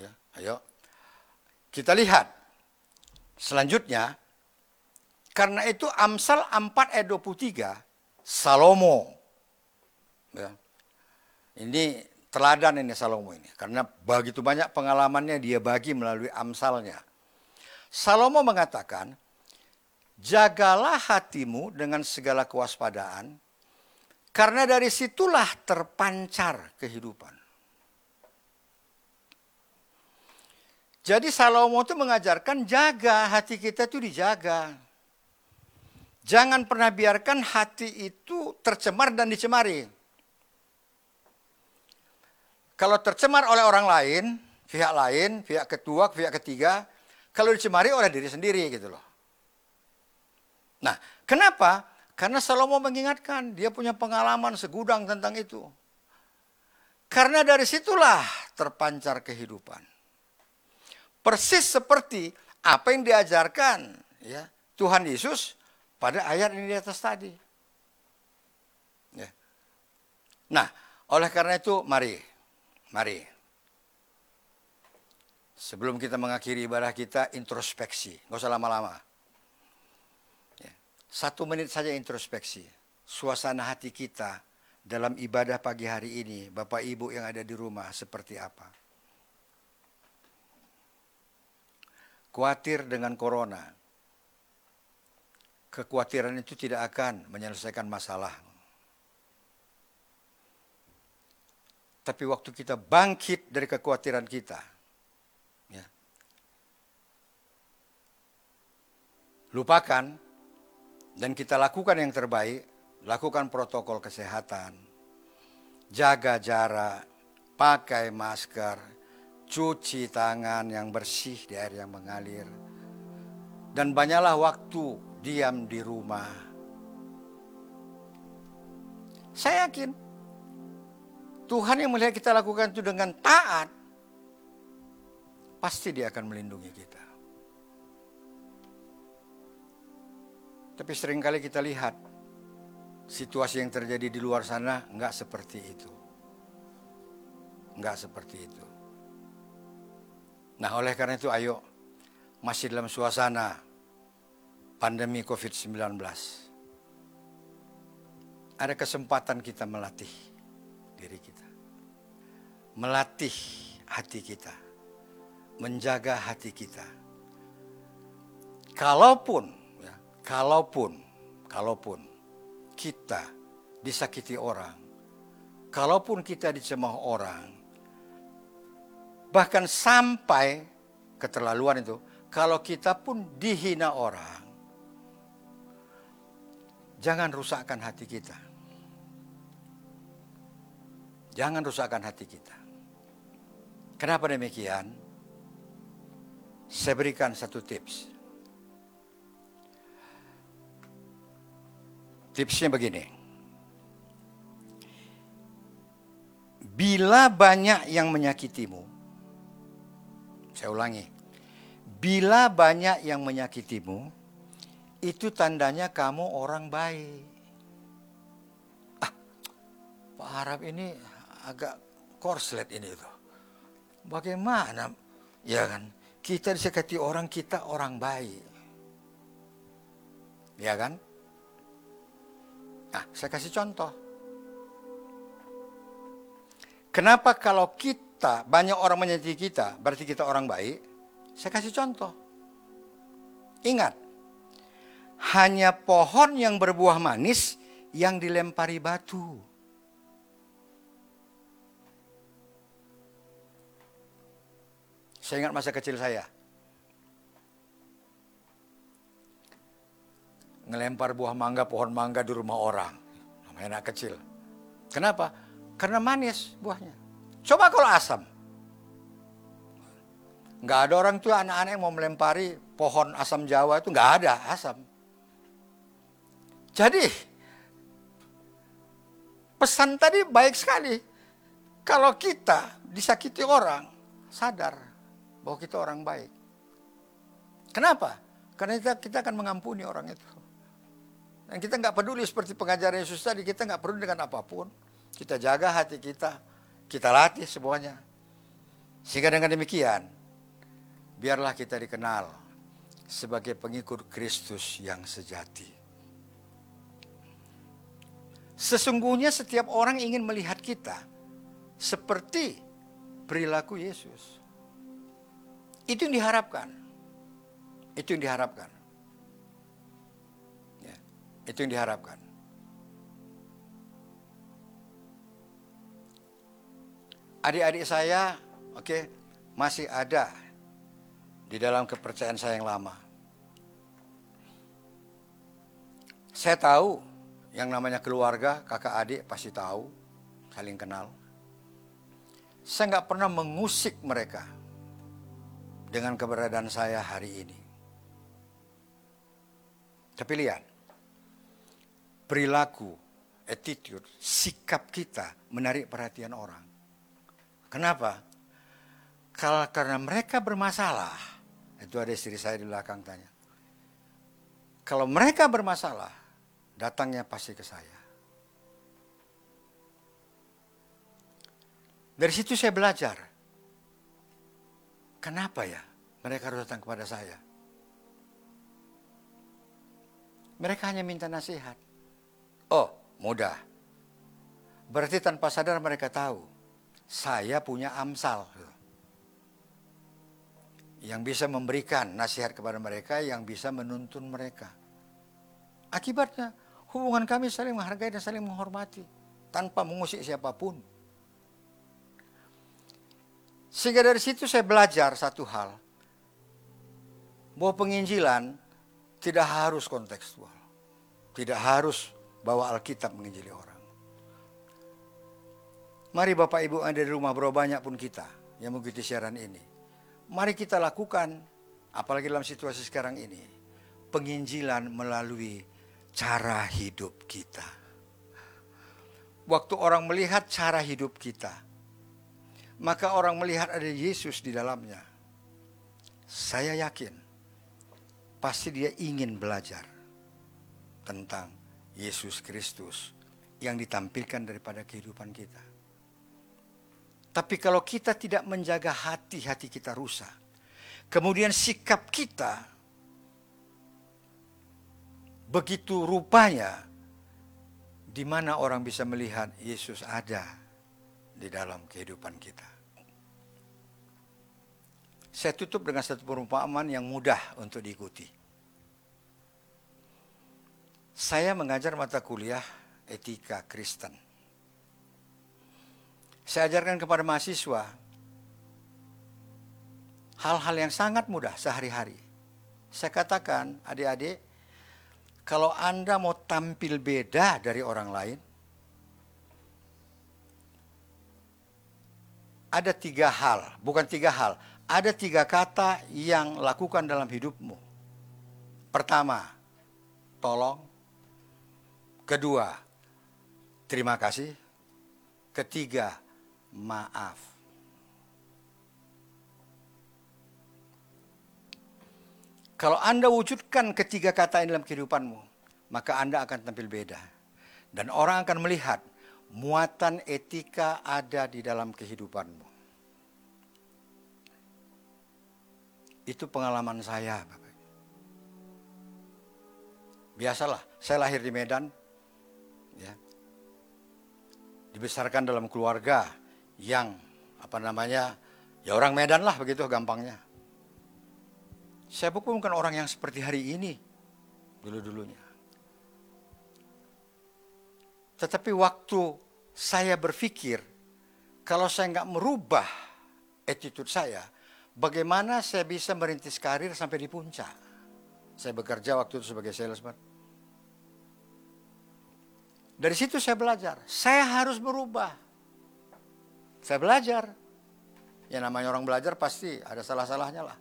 kita lihat selanjutnya. Karena itu Amsal 4 ayat 23, Salomo. Ya. Ini teladan ini Salomo ini. Karena begitu banyak pengalamannya dia bagi melalui Amsalnya. Salomo mengatakan, jagalah hatimu dengan segala kewaspadaan, karena dari situlah terpancar kehidupan. Jadi Salomo itu mengajarkan jaga hati kita itu dijaga. Jangan pernah biarkan hati itu tercemar dan dicemari. Kalau tercemar oleh orang lain, pihak kedua, pihak ketiga, kalau dicemari oleh diri sendiri gitu loh. Nah, kenapa? Karena Salomo mengingatkan, dia punya pengalaman segudang tentang itu. Karena dari situlah terpancar kehidupan. Persis seperti apa yang diajarkan ya, Tuhan Yesus pada ayat ini di atas tadi. Ya. Nah, oleh karena itu mari. Sebelum kita mengakhiri ibadah kita, introspeksi. Nggak usah lama-lama. Ya. 1 menit saja introspeksi. Suasana hati kita dalam ibadah pagi hari ini, Bapak Ibu yang ada di rumah, seperti apa? Khawatir dengan corona. Kekhawatiran itu tidak akan menyelesaikan masalah. Tapi waktu kita bangkit dari kekhawatiran kita, ya, lupakan dan kita lakukan yang terbaik, lakukan protokol kesehatan, jaga jarak, pakai masker, cuci tangan yang bersih di air yang mengalir. Dan banyaklah waktu diam di rumah. Saya yakin Tuhan yang melihat kita lakukan itu dengan taat, pasti Dia akan melindungi kita. Tapi seringkali kita lihat situasi yang terjadi di luar sana enggak seperti itu. Enggak seperti itu. Nah, oleh karena itu ayo, masih dalam suasana pandemi COVID-19. Ada kesempatan kita melatih diri kita. Melatih hati kita. Menjaga hati kita. Kalaupun kita disakiti orang, kalaupun kita dicemooh orang, bahkan sampai keterlaluan itu, kalau kita pun dihina orang, jangan rusakkan hati kita. Jangan rusakkan hati kita. Kenapa demikian? Saya berikan satu tips. Tipsnya begini. Bila banyak yang menyakitimu, saya ulangi, bila banyak yang menyakitimu, itu tandanya kamu orang baik. Pak Harap ini agak korslet ini tuh. Bagaimana? Ya kan, kita disekati orang, kita orang baik. Ya kan? Nah, saya kasih contoh. Kenapa kalau kita, banyak orang menyakiti kita, berarti kita orang baik? Saya kasih contoh. Ingat, hanya pohon yang berbuah manis yang dilempari batu. Saya ingat masa kecil saya. Ngelempar buah mangga, pohon mangga di rumah orang. Namanya anak kecil. Kenapa? Karena manis buahnya. Coba kalau asam. Nggak ada orang tua anak-anak yang mau melempari pohon asam Jawa itu, nggak ada asam. Jadi, pesan tadi baik sekali. Kalau kita disakiti orang, sadar bahwa kita orang baik. Kenapa? Karena kita akan mengampuni orang itu. Dan kita nggak peduli seperti pengajaran Yesus tadi, kita nggak peduli dengan apapun. Kita jaga hati kita, kita latih semuanya. Sehingga dengan demikian, biarlah kita dikenal sebagai pengikut Kristus yang sejati. Sesungguhnya setiap orang ingin melihat kita seperti perilaku Yesus. Itu yang diharapkan. Itu yang diharapkan. Ya, itu yang diharapkan. Adik-adik saya, masih ada di dalam kepercayaan saya yang lama. Saya tahu yang namanya keluarga, kakak adik pasti tahu, saling kenal. Saya nggak pernah mengusik mereka dengan keberadaan saya hari ini. Tapi lihat, perilaku, attitude, sikap kita menarik perhatian orang. Kenapa? Karena mereka bermasalah. Itu ada istri saya di belakang tanya. Kalau mereka bermasalah, datangnya pasti ke saya. Dari situ saya belajar. Kenapa ya mereka harus datang kepada saya? Mereka hanya minta nasihat. Oh, mudah. Berarti tanpa sadar mereka tahu. Saya punya Amsal. Yang bisa memberikan nasihat kepada mereka, yang bisa menuntun mereka. Akibatnya, hubungan kami saling menghargai dan saling menghormati. Tanpa mengusik siapapun. Sehingga dari situ saya belajar satu hal. Bahwa penginjilan tidak harus kontekstual. Tidak harus bawa Alkitab menginjili orang. Mari Bapak Ibu ada di rumah, berapa banyak pun kita yang mengikuti siaran ini. Mari kita lakukan, apalagi dalam situasi sekarang ini, penginjilan melalui cara hidup kita. Waktu orang melihat cara hidup kita, maka orang melihat ada Yesus di dalamnya. Saya yakin, pasti dia ingin belajar tentang Yesus Kristus yang ditampilkan daripada kehidupan kita. Tapi kalau kita tidak menjaga hati kita rusak. Kemudian sikap kita begitu rupanya, di mana orang bisa melihat Yesus ada di dalam kehidupan kita. Saya tutup dengan satu perumpamaan yang mudah untuk diikuti. Saya mengajar mata kuliah etika Kristen. Saya ajarkan kepada mahasiswa hal-hal yang sangat mudah sehari-hari. Saya katakan, adik-adik, kalau Anda mau tampil beda dari orang lain, ada 3 hal, bukan 3 hal, ada 3 kata yang lakukan dalam hidupmu. Pertama, tolong. Kedua, terima kasih. Ketiga, maaf. Kalau Anda wujudkan ketiga kata ini dalam kehidupanmu, maka Anda akan tampil beda. Dan orang akan melihat muatan etika ada di dalam kehidupanmu. Itu pengalaman saya, Bapak. Biasalah, saya lahir di Medan, ya, dibesarkan dalam keluarga yang ya orang Medan lah begitu gampangnya. Saya bukan orang yang seperti hari ini dulu-dulunya. Tetapi waktu saya berpikir, kalau saya nggak merubah attitude saya, bagaimana saya bisa merintis karir sampai di puncak? Saya bekerja waktu itu sebagai salesman. Dari situ saya belajar, saya harus berubah. Saya belajar. Ya namanya orang belajar pasti ada salah-salahnya lah.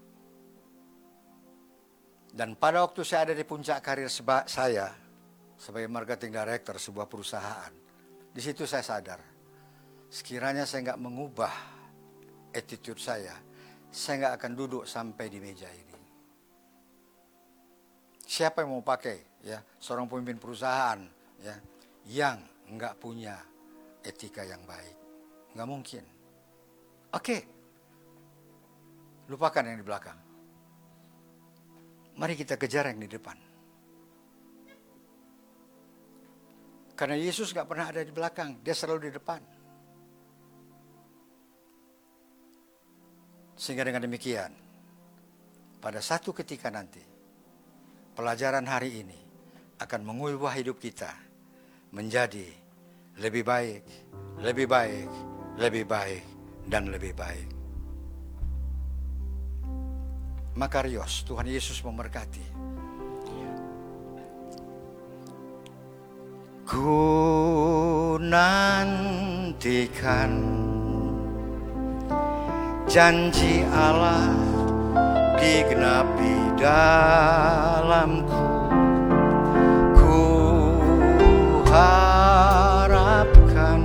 Dan pada waktu saya ada di puncak karir saya, sebagai marketing director sebuah perusahaan, di situ saya sadar, sekiranya saya nggak mengubah attitude saya nggak akan duduk sampai di meja ini. Siapa yang mau pakai ya seorang pemimpin perusahaan ya yang nggak punya etika yang baik? Nggak mungkin. Oke, lupakan yang di belakang. Mari kita kejar yang di depan. Karena Yesus nggak pernah ada di belakang, dia selalu di depan. Sehingga dengan demikian, pada satu ketika nanti, pelajaran hari ini akan mengubah hidup kita menjadi lebih baik, lebih baik, lebih baik, dan lebih baik. Makarios, Tuhan Yesus memberkati. Ku nantikan janji Allah digenapi dalamku. Ku harapkan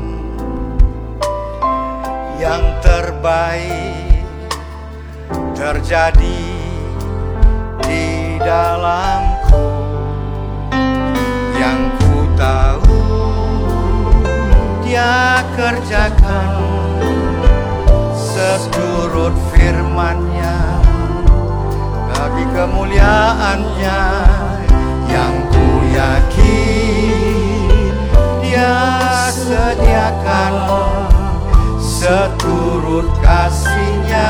yang terbaik terjadi di dalamku. Yang ku tahu Dia kerjakan seturut firman-Nya bagi kemuliaan-Nya. Yang ku yakin Dia sediakan seturut kasih-Nya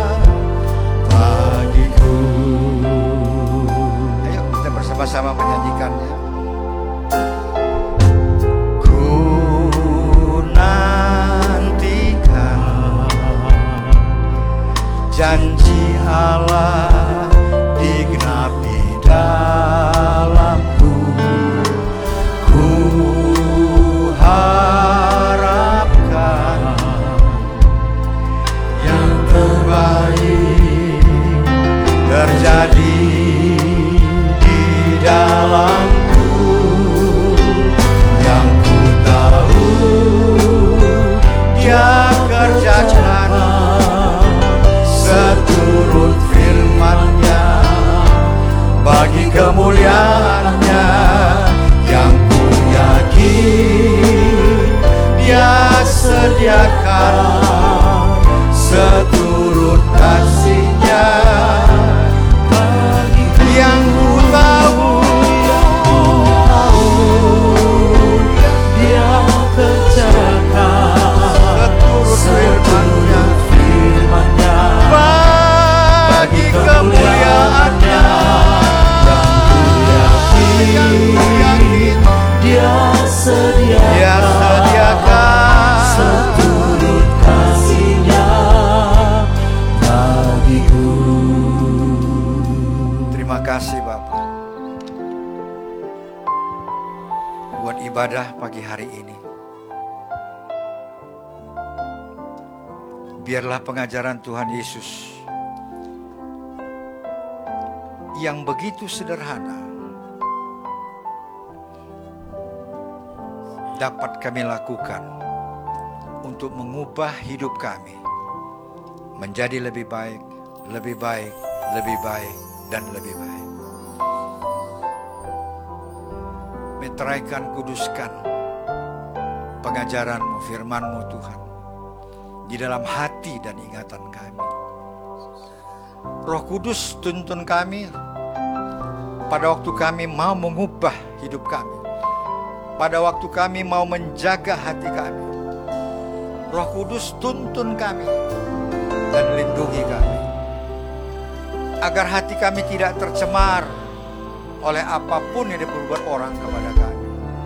bagiku. Ayo kita bersama-sama menyanyikannya. Ku nantikan janji Allah digenapi dalamku. Ku harapkan yang terbaik terjadi di dalamku. Yang ku tahu Dia kerjakan seturut firman-Nya bagi kemuliaan-Nya. Yang ku yakin Dia sediakan seturut kasih-Nya bagiku. Yang ku tahu Dia kerjakan seturut firman-Nya bagi kemuliaan-Nya. Yang ku yakin Dia sediakan seturut kasih-Nya bagiku. Terima kasih Bapak buat ibadah pagi hari ini. Biarlah pengajaran Tuhan Yesus yang begitu sederhana dapat kami lakukan untuk mengubah hidup kami menjadi lebih baik, lebih baik, lebih baik, dan lebih baik. Meteraikan, kuduskan pengajaran-Mu, firman-Mu Tuhan di dalam hati dan ingatan kami. Roh Kudus tuntun kami pada waktu kami mau mengubah hidup kami, pada waktu kami mau menjaga hati kami. Roh Kudus tuntun kami dan lindungi kami, agar hati kami tidak tercemar oleh apapun yang diperbuat orang kepada kami.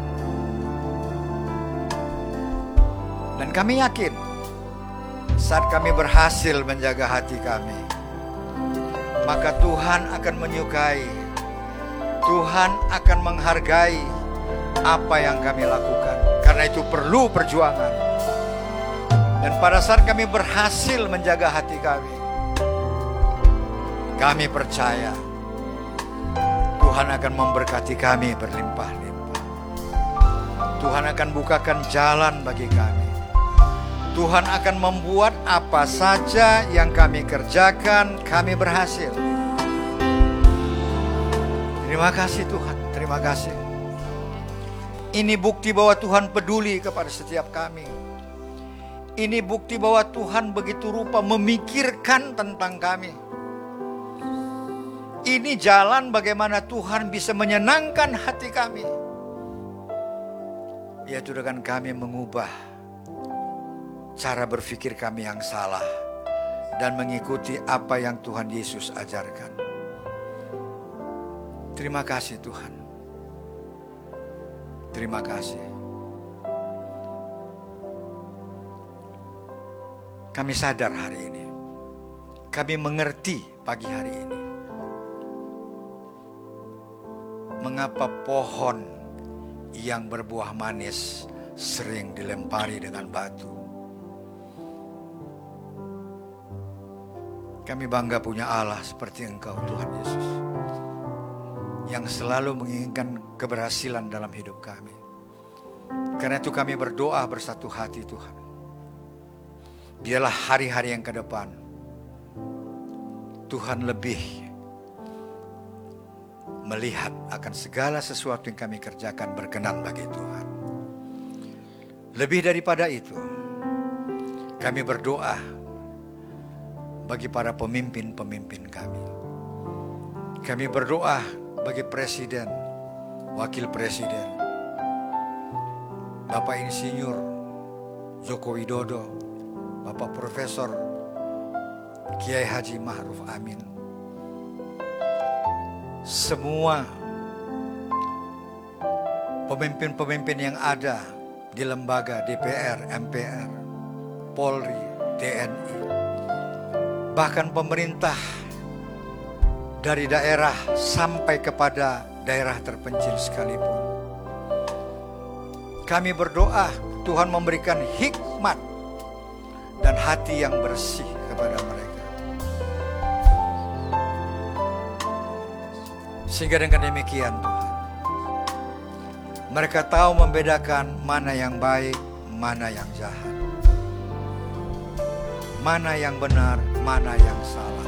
Dan kami yakin saat kami berhasil menjaga hati kami, maka Tuhan akan menyukai, Tuhan akan menghargai apa yang kami lakukan. Karena itu perlu perjuangan. Dan pada saat kami berhasil menjaga hati kami percaya Tuhan akan memberkati kami berlimpah-limpah. Tuhan akan bukakan jalan bagi kami. Tuhan akan membuat apa saja yang kami kerjakan, kami berhasil. Terima kasih Tuhan, terima kasih. Ini bukti bahwa Tuhan peduli kepada setiap kami. Ini bukti bahwa Tuhan begitu rupa memikirkan tentang kami. Ini jalan bagaimana Tuhan bisa menyenangkan hati kami, yaitu dengan kami mengubah cara berpikir kami yang salah dan mengikuti apa yang Tuhan Yesus ajarkan. Terima kasih Tuhan. Terima kasih. Kami sadar hari ini, kami mengerti pagi hari ini, mengapa pohon yang berbuah manis sering dilempari dengan batu. Kami bangga punya Allah seperti Engkau Tuhan Yesus, yang selalu menginginkan keberhasilan dalam hidup kami. Karena itu kami berdoa bersatu hati Tuhan. Biarlah hari-hari yang ke depan Tuhan lebih melihat akan segala sesuatu yang kami kerjakan berkenan bagi Tuhan. Lebih daripada itu, kami berdoa bagi para pemimpin-pemimpin kami. Kami berdoa bagi presiden, wakil presiden, Bapak Insinyur Joko Widodo, Bapak Profesor Kiai Haji Ma'ruf Amin. Semua pemimpin-pemimpin yang ada di lembaga DPR, MPR, Polri, TNI, bahkan pemerintah dari daerah sampai kepada daerah terpencil sekalipun. Kami berdoa Tuhan memberikan hikmat dan hati yang bersih kepada mereka, sehingga dengan demikian Tuhan, mereka tahu membedakan mana yang baik, mana yang jahat, mana yang benar, mana yang salah.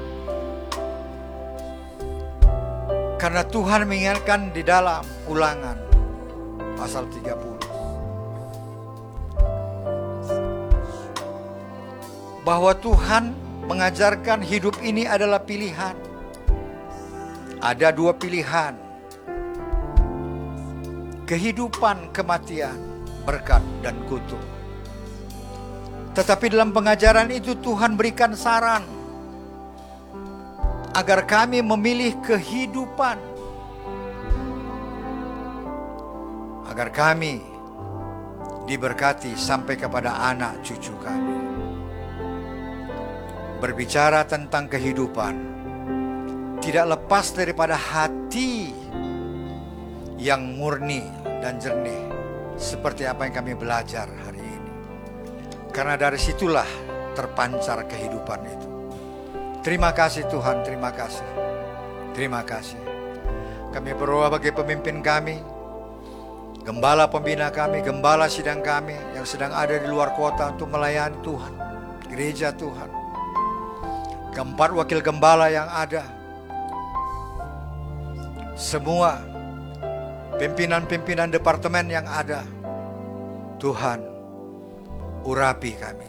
Karena Tuhan mengingatkan di dalam Ulangan pasal 30 bahwa Tuhan mengajarkan hidup ini adalah pilihan. Ada dua pilihan, kehidupan, kematian, berkat dan kutuk. Tetapi dalam pengajaran itu Tuhan berikan saran agar kami memilih kehidupan, agar kami diberkati sampai kepada anak cucu kami. Berbicara tentang kehidupan tidak lepas daripada hati yang murni dan jernih, seperti apa yang kami belajar hari ini. Karena dari situlah terpancar kehidupan itu. Terima kasih Tuhan, terima kasih. Terima kasih. Kami berdoa bagi pemimpin kami, Gembala pembina kami, gembala sidang kami yang sedang ada di luar kota untuk melayani Tuhan, gereja Tuhan. Keempat wakil gembala yang ada, semua pimpinan-pimpinan departemen yang ada, Tuhan, urapi kami,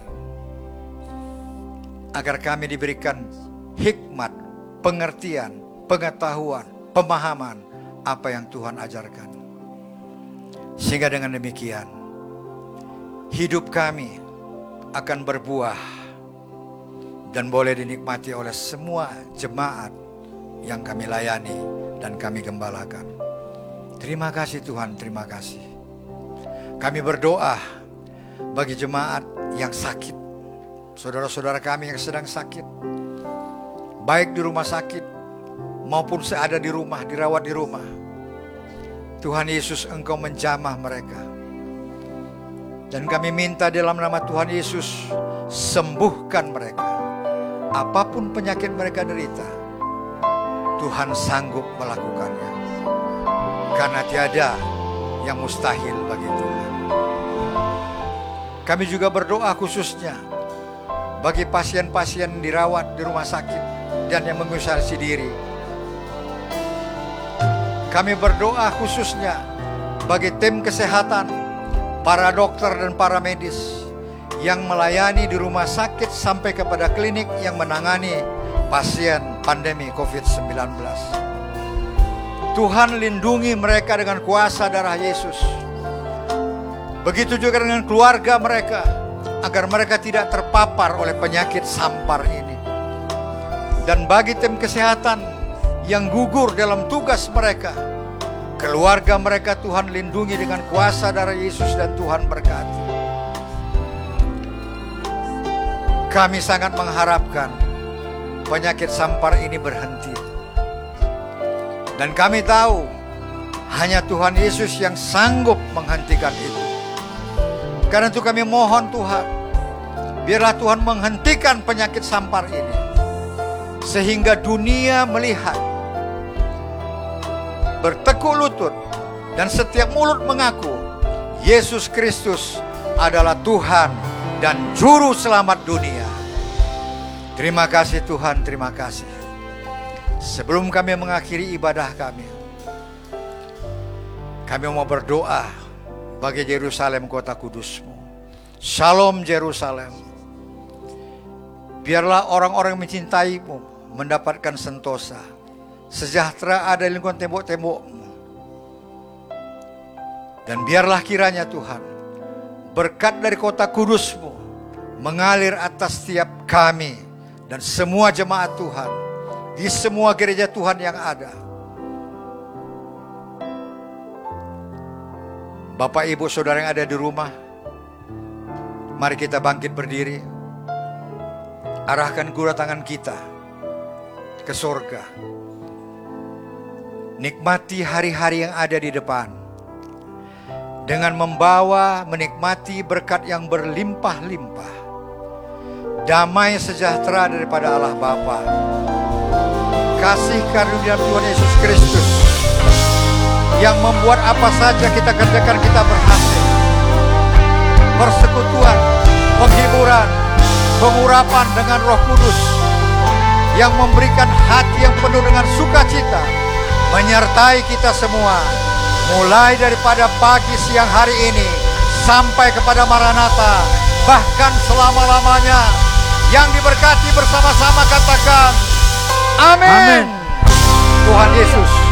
agar kami diberikan hikmat, pengertian, pengetahuan, pemahaman apa yang Tuhan ajarkan. Sehingga dengan demikian, hidup kami akan berbuah dan boleh dinikmati oleh semua jemaat yang kami layani dan kami gembalakan. Terima kasih Tuhan, terima kasih. Kami berdoa bagi jemaat yang sakit, saudara-saudara kami yang sedang sakit, baik di rumah sakit maupun seada di rumah, dirawat di rumah. Tuhan Yesus, Engkau menjamah mereka. Dan kami minta dalam nama Tuhan Yesus, sembuhkan mereka. Apapun penyakit mereka derita, Tuhan sanggup melakukannya. Karena tiada yang mustahil bagi Tuhan. Kami juga berdoa khususnya bagi pasien-pasien dirawat di rumah sakit dan yang mengisolasi diri. Kami berdoa khususnya bagi tim kesehatan, para dokter dan para medis yang melayani di rumah sakit sampai kepada klinik yang menangani pasien pandemi COVID-19. Tuhan lindungi mereka dengan kuasa darah Yesus. Begitu juga dengan keluarga mereka, agar mereka tidak terpapar oleh penyakit sampar ini. Dan bagi tim kesehatan yang gugur dalam tugas mereka, keluarga mereka Tuhan lindungi dengan kuasa darah Yesus dan Tuhan berkati. Kami sangat mengharapkan penyakit sampar ini berhenti. Dan kami tahu hanya Tuhan Yesus yang sanggup menghentikan itu. Karena itu kami mohon Tuhan, biarlah Tuhan menghentikan penyakit sampar ini, sehingga dunia melihat, bertekuk lutut, dan setiap mulut mengaku Yesus Kristus adalah Tuhan dan Juru Selamat dunia. Terima kasih Tuhan, terima kasih. Sebelum kami mengakhiri ibadah kami mau berdoa bagi Yerusalem, kota kudus-Mu. Shalom Yerusalem. Biarlah orang-orang yang mencintai-Mu mendapatkan sentosa, sejahtera ada di lingkungan tembok-tembok-Mu. Dan biarlah kiranya Tuhan, berkat dari kota kudus-Mu mengalir atas setiap kami dan semua jemaat Tuhan di semua gereja Tuhan yang ada. Bapak, Ibu, Saudara yang ada di rumah, mari kita bangkit berdiri. Arahkan gula tangan kita ke surga. Nikmati hari-hari yang ada di depan, dengan membawa menikmati berkat yang berlimpah-limpah. Damai sejahtera daripada Allah Bapa, kasih karunia Tuhan Yesus Kristus yang membuat apa saja kita kerjakan kita berhasil. Persekutuan, penghiburan, pengurapan dengan Roh Kudus yang memberikan hati yang penuh dengan sukacita menyertai kita semua, mulai daripada pagi siang hari ini sampai kepada Maranatha, bahkan selama-lamanya. Yang diberkati bersama-sama katakan amin. Tuhan Yesus